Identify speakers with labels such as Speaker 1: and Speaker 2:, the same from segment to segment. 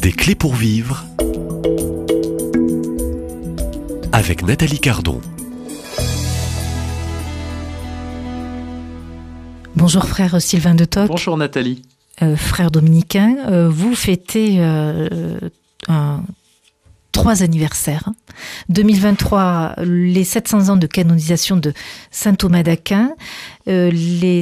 Speaker 1: Des clés pour vivre avec Nathalie Cardon.
Speaker 2: Bonjour frère Sylvain de Toc.
Speaker 3: Bonjour Nathalie.
Speaker 2: Frère dominicain, vous fêtez 3 anniversaires. 2023, les 700 ans de canonisation de saint Thomas d'Aquin, les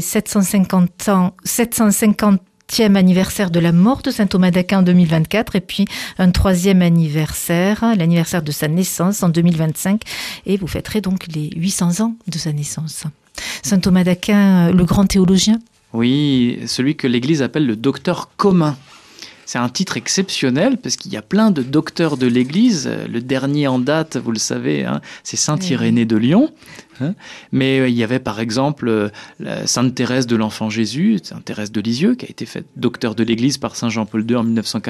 Speaker 2: 750e anniversaire de la mort de saint Thomas d'Aquin en 2024, et puis un 3e anniversaire, l'anniversaire de sa naissance en 2025, et vous fêterez donc les 800 ans de sa naissance. Saint Thomas d'Aquin, le grand théologien.
Speaker 3: Oui, celui que l'Église appelle le docteur commun. C'est un titre exceptionnel parce qu'il y a plein de docteurs de l'Église. Le dernier en date, vous le savez, c'est saint Irénée de Lyon. Mais il y avait par exemple sainte Thérèse de l'Enfant Jésus, sainte Thérèse de Lisieux, qui a été faite docteur de l'Église par saint Jean-Paul II en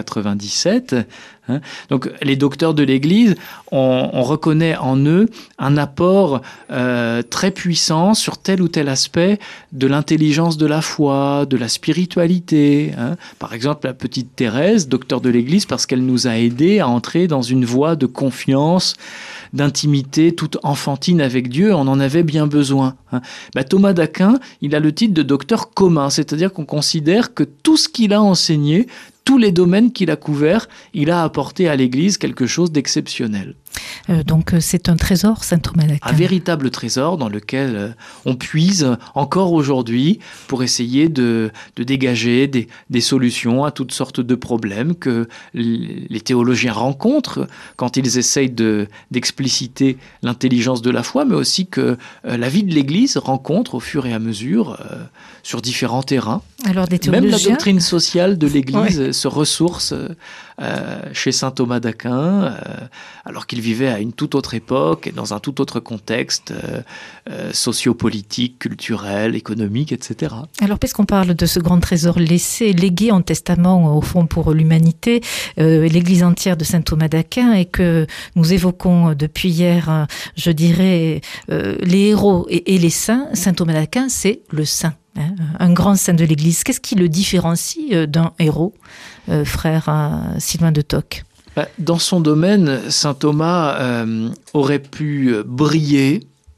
Speaker 3: 1997. Donc les docteurs de l'Église, on reconnaît en eux un apport très puissant sur tel ou tel aspect de l'intelligence de la foi, de la spiritualité. Par exemple, la petite Thérèse, docteur de l'Église, parce qu'elle nous a aidés à entrer dans une voie de confiance, d'intimité toute enfantine avec Dieu, on en avait bien besoin. Thomas d'Aquin, il a le titre de docteur commun, c'est-à-dire qu'on considère que tout ce qu'il a enseigné, tous les domaines qu'il a couverts, il a apporté à l'Église quelque chose d'exceptionnel.
Speaker 2: Donc c'est un trésor, saint Thomas d'Aquin.
Speaker 3: Un véritable trésor dans lequel on puise encore aujourd'hui pour essayer de dégager des solutions à toutes sortes de problèmes que les théologiens rencontrent quand ils essayent d'expliciter l'intelligence de la foi, mais aussi que la vie de l'Église rencontre au fur et à mesure sur différents terrains.
Speaker 2: Alors, des théologiens...
Speaker 3: Même la doctrine sociale de l'Église se ressource chez saint Thomas d'Aquin, alors qu'il vivait à une toute autre époque et dans un tout autre contexte sociopolitique, culturel, économique, etc.
Speaker 2: Alors, puisqu'on parle de ce grand trésor légué en testament au fond pour l'humanité, l'Église entière de saint Thomas d'Aquin, et que nous évoquons depuis hier, je dirais, les héros et les saints, saint Thomas d'Aquin, c'est le saint. Un grand saint de l'Église. Qu'est-ce qui le différencie d'un héros, frère Sylvain de Toc ?
Speaker 3: Dans son domaine, saint Thomas aurait pu briller,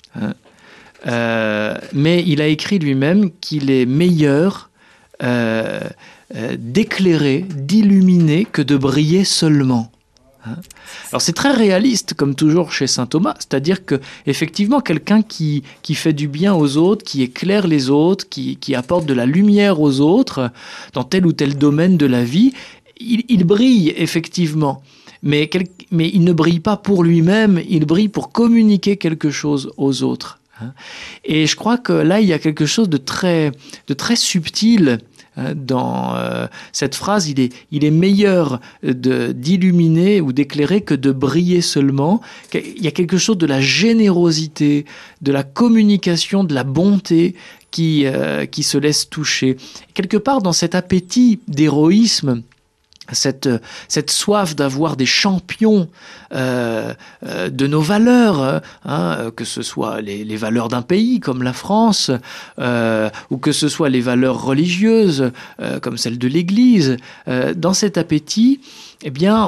Speaker 3: mais il a écrit lui-même qu'il est meilleur d'éclairer, d'illuminer que de briller seulement. Alors c'est très réaliste comme toujours chez saint Thomas, c'est-à-dire que effectivement quelqu'un qui fait du bien aux autres, qui éclaire les autres, qui apporte de la lumière aux autres dans tel ou tel domaine de la vie, il brille effectivement, mais il ne brille pas pour lui-même, il brille pour communiquer quelque chose aux autres. Et je crois que là il y a quelque chose de très subtil dans cette phrase. Il est meilleur d'illuminer ou d'éclairer que de briller seulement. Il y a quelque chose de la générosité, de la communication, de la bonté qui se laisse toucher. Quelque part dans cet appétit d'héroïsme, cette soif d'avoir des champions de nos valeurs, que ce soit les valeurs d'un pays comme la France, ou que ce soit les valeurs religieuses comme celles de l'Église. Dans cet appétit, eh bien,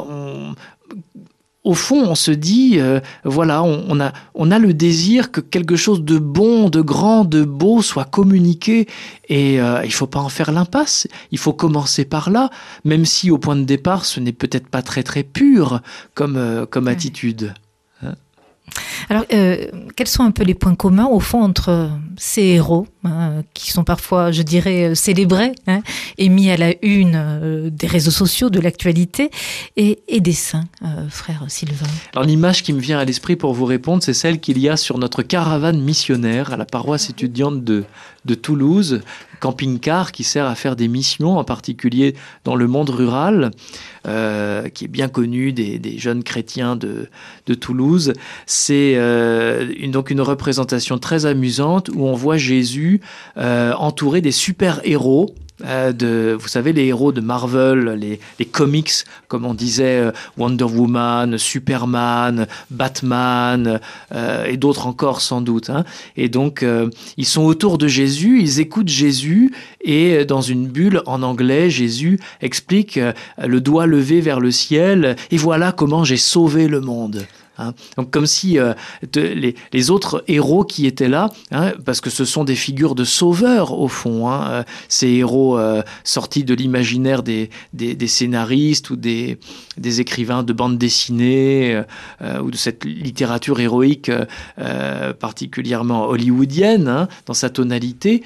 Speaker 3: au fond, on se dit, on a le désir que quelque chose de bon, de grand, de beau soit communiqué, et il ne faut pas en faire l'impasse. Il faut commencer par là, même si au point de départ, ce n'est peut-être pas très très pur comme attitude.
Speaker 2: Alors, quels sont un peu les points communs, au fond, entre ces héros, qui sont parfois, je dirais, célébrés, et mis à la une des réseaux sociaux, de l'actualité, et des saints, frère Sylvain?
Speaker 3: Alors, l'image qui me vient à l'esprit pour vous répondre, c'est celle qu'il y a sur notre caravane missionnaire à la paroisse étudiante de Toulouse, camping-car qui sert à faire des missions, en particulier dans le monde rural, qui est bien connu des jeunes chrétiens de Toulouse. C'est donc une représentation très amusante où on voit Jésus entouré des super-héros vous savez, les héros de Marvel, les comics, comme on disait, Wonder Woman, Superman, Batman, et d'autres encore sans doute. Hein. Et donc, ils sont autour de Jésus, ils écoutent Jésus, et dans une bulle en anglais, Jésus explique le doigt levé vers le ciel, et voilà comment j'ai sauvé le monde. Hein. Donc comme si les autres héros qui étaient là, hein, parce que ce sont des figures de sauveurs au fond, hein, ces héros sortis de l'imaginaire des scénaristes ou des écrivains de bande dessinée ou de cette littérature héroïque particulièrement hollywoodienne, hein, dans sa tonalité,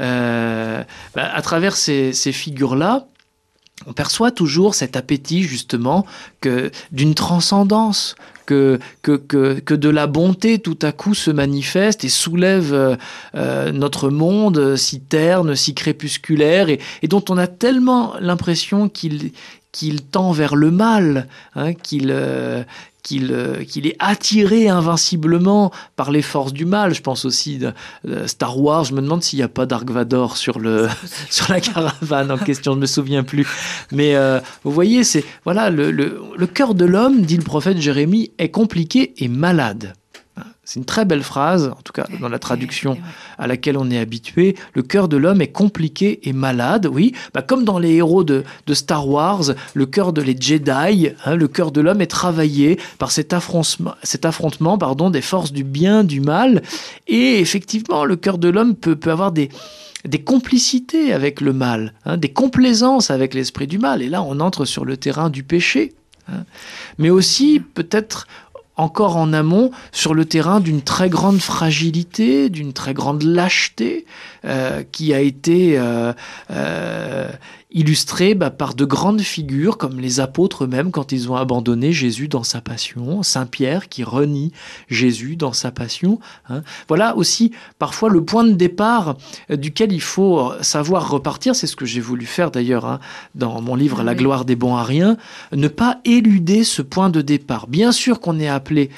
Speaker 3: à travers ces figures-là, on perçoit toujours cet appétit justement d'une transcendance, que de la bonté tout à coup se manifeste et soulève notre monde si terne, si crépusculaire, et dont on a tellement l'impression qu'il tend vers le mal, hein, qu'il est attiré invinciblement par les forces du mal. Je pense aussi de Star Wars. Je me demande s'il n'y a pas Dark Vador sur la caravane en question. Je ne me souviens plus. Mais vous voyez, voilà, le cœur de l'homme, dit le prophète Jérémie, est compliqué et malade. C'est une très belle phrase, en tout cas dans la traduction à laquelle on est habitué. Le cœur de l'homme est compliqué et malade, oui. Comme dans les héros de Star Wars, le cœur de les Jedi, hein, le cœur de l'homme est travaillé par cet affrontement des forces du bien, du mal. Et effectivement, le cœur de l'homme peut avoir des complicités avec le mal, hein, des complaisances avec l'esprit du mal. Et là, on entre sur le terrain du péché. Hein. Mais aussi, peut-être encore en amont, sur le terrain d'une très grande fragilité, d'une très grande lâcheté, qui a été illustrée par de grandes figures, comme les apôtres eux-mêmes, quand ils ont abandonné Jésus dans sa passion, Saint Pierre qui renie Jésus dans sa passion. Hein. Voilà aussi parfois le point de départ duquel il faut savoir repartir. C'est ce que j'ai voulu faire d'ailleurs, hein, dans mon livre La gloire des bons à rien, ne pas éluder ce point de départ. Bien sûr qu'on est appelé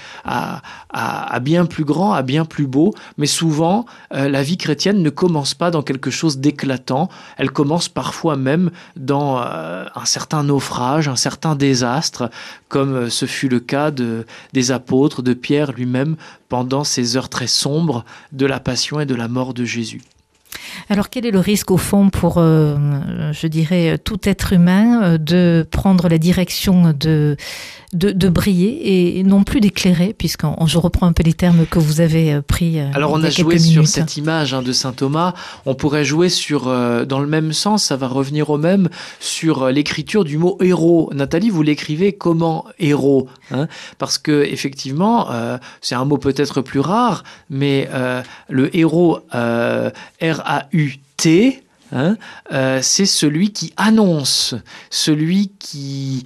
Speaker 3: à bien plus grand, à bien plus beau, mais souvent la vie chrétienne ne commence pas dans quelque chose d'éclatant, elle commence parfois même dans un certain naufrage, un certain désastre, comme ce fut le cas des apôtres, de Pierre lui-même, pendant ces heures très sombres de la passion et de la mort de Jésus.
Speaker 2: Alors quel est le risque au fond pour, je dirais, tout être humain de prendre la direction de briller et non plus d'éclairer, je reprends un peu les termes que vous avez pris.
Speaker 3: Alors on a joué sur cette image, hein, de saint Thomas. On pourrait jouer dans le même sens, ça va revenir au même, sur l'écriture du mot héros. Nathalie, vous l'écrivez comment héros, hein, parce que effectivement, c'est un mot peut-être plus rare, mais le héros R-A-U-T, hein, c'est celui qui annonce, celui qui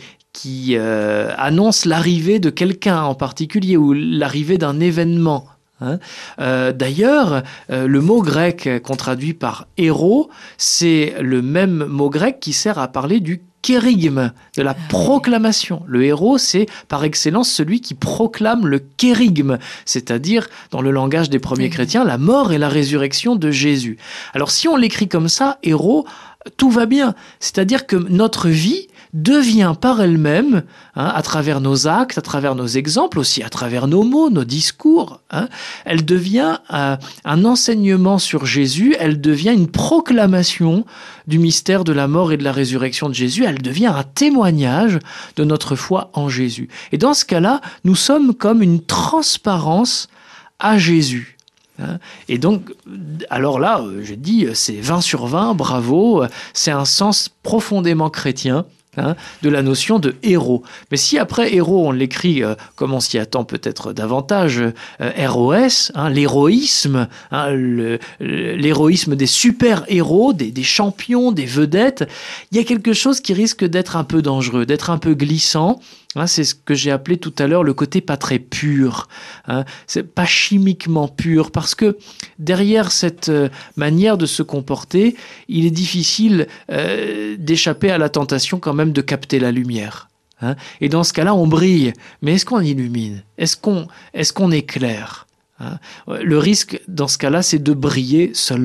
Speaker 3: annonce l'arrivée de quelqu'un en particulier ou l'arrivée d'un événement. Hein. D'ailleurs, le mot grec qu'on traduit par héros, c'est le même mot grec qui sert à parler du kérygme, de la proclamation. Le héros, c'est par excellence celui qui proclame le kérygme, c'est-à-dire, dans le langage des premiers chrétiens, la mort et la résurrection de Jésus. Alors si on l'écrit comme ça, héros, tout va bien. C'est-à-dire que notre vie devient par elle-même, hein, à travers nos actes, à travers nos exemples, aussi à travers nos mots, nos discours, hein, elle devient un enseignement sur Jésus, elle devient une proclamation du mystère de la mort et de la résurrection de Jésus, elle devient un témoignage de notre foi en Jésus. Et dans ce cas-là, nous sommes comme une transparence à Jésus. Et donc, alors là, je dis, c'est 20 sur 20, bravo, c'est un sens profondément chrétien, hein, de la notion de héros. Mais si après héros, on l'écrit comme on s'y attend peut-être davantage, ROS, hein, l'héroïsme, hein, l'héroïsme des super-héros, des champions, des vedettes, il y a quelque chose qui risque d'être un peu dangereux, d'être un peu glissant. Hein, c'est ce que j'ai appelé tout à l'heure le côté pas très pur, hein, c'est pas chimiquement pur, parce que derrière cette manière de se comporter, il est difficile d'échapper à la tentation quand même de capter la lumière. Hein, et dans ce cas-là, on brille, mais est-ce qu'on illumine ? Est-ce qu'on éclaire ? Hein, le risque dans ce cas-là, c'est de briller seulement.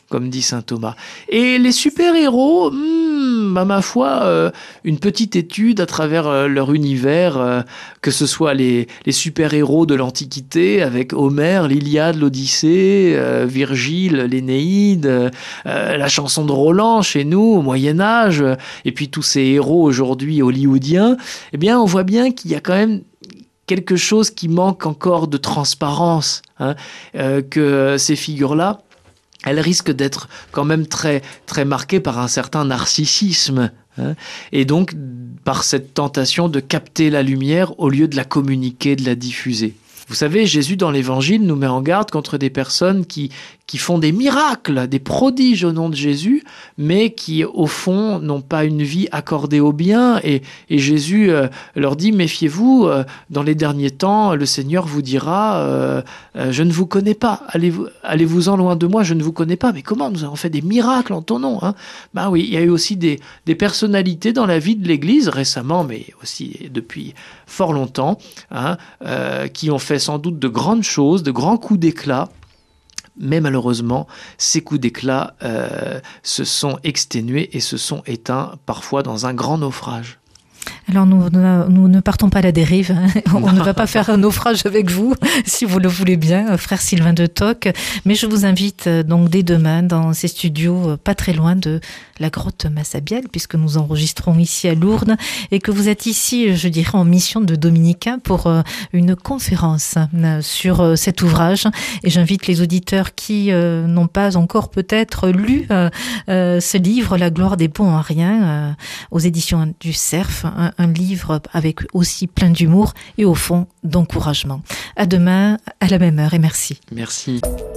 Speaker 3: comme dit saint Thomas. Et les super-héros, ma foi, une petite étude à travers leur univers, que ce soit les super-héros de l'Antiquité, avec Homère, l'Iliade, l'Odyssée, Virgile, l'Énéide, la chanson de Roland chez nous, au Moyen-Âge, et puis tous ces héros aujourd'hui hollywoodiens, eh bien, on voit bien qu'il y a quand même quelque chose qui manque encore de transparence, que ces figures-là, elles risquent d'être quand même très, très marquées par un certain narcissisme, et donc par cette tentation de capter la lumière au lieu de la communiquer, de la diffuser. Vous savez, Jésus dans l'Évangile nous met en garde contre des personnes qui font des miracles, des prodiges au nom de Jésus, mais qui, au fond, n'ont pas une vie accordée au bien. Et Jésus leur dit, méfiez-vous, dans les derniers temps, le Seigneur vous dira, je ne vous connais pas, allez-vous-en loin de moi, je ne vous connais pas. Mais comment? Nous avons fait des miracles en ton nom. Ben oui, il y a eu aussi des personnalités dans la vie de l'Église, récemment, mais aussi depuis fort longtemps, qui ont fait sans doute de grandes choses, de grands coups d'éclat. Mais malheureusement, ces coups d'éclat se sont exténués et se sont éteints parfois dans un grand naufrage.
Speaker 2: Alors nous ne partons pas à la dérive, on ne va pas faire un naufrage avec vous, si vous le voulez bien, frère Sylvain de Toc, mais je vous invite donc dès demain dans ces studios pas très loin de la grotte Massabielle, puisque nous enregistrons ici à Lourdes, et que vous êtes ici, je dirais, en mission de dominicain pour une conférence sur cet ouvrage, et j'invite les auditeurs qui n'ont pas encore peut-être lu ce livre, La gloire des bons à rien, aux éditions du Cerf, un livre avec aussi plein d'humour et au fond d'encouragement. À demain, à la même heure et merci.
Speaker 3: Merci.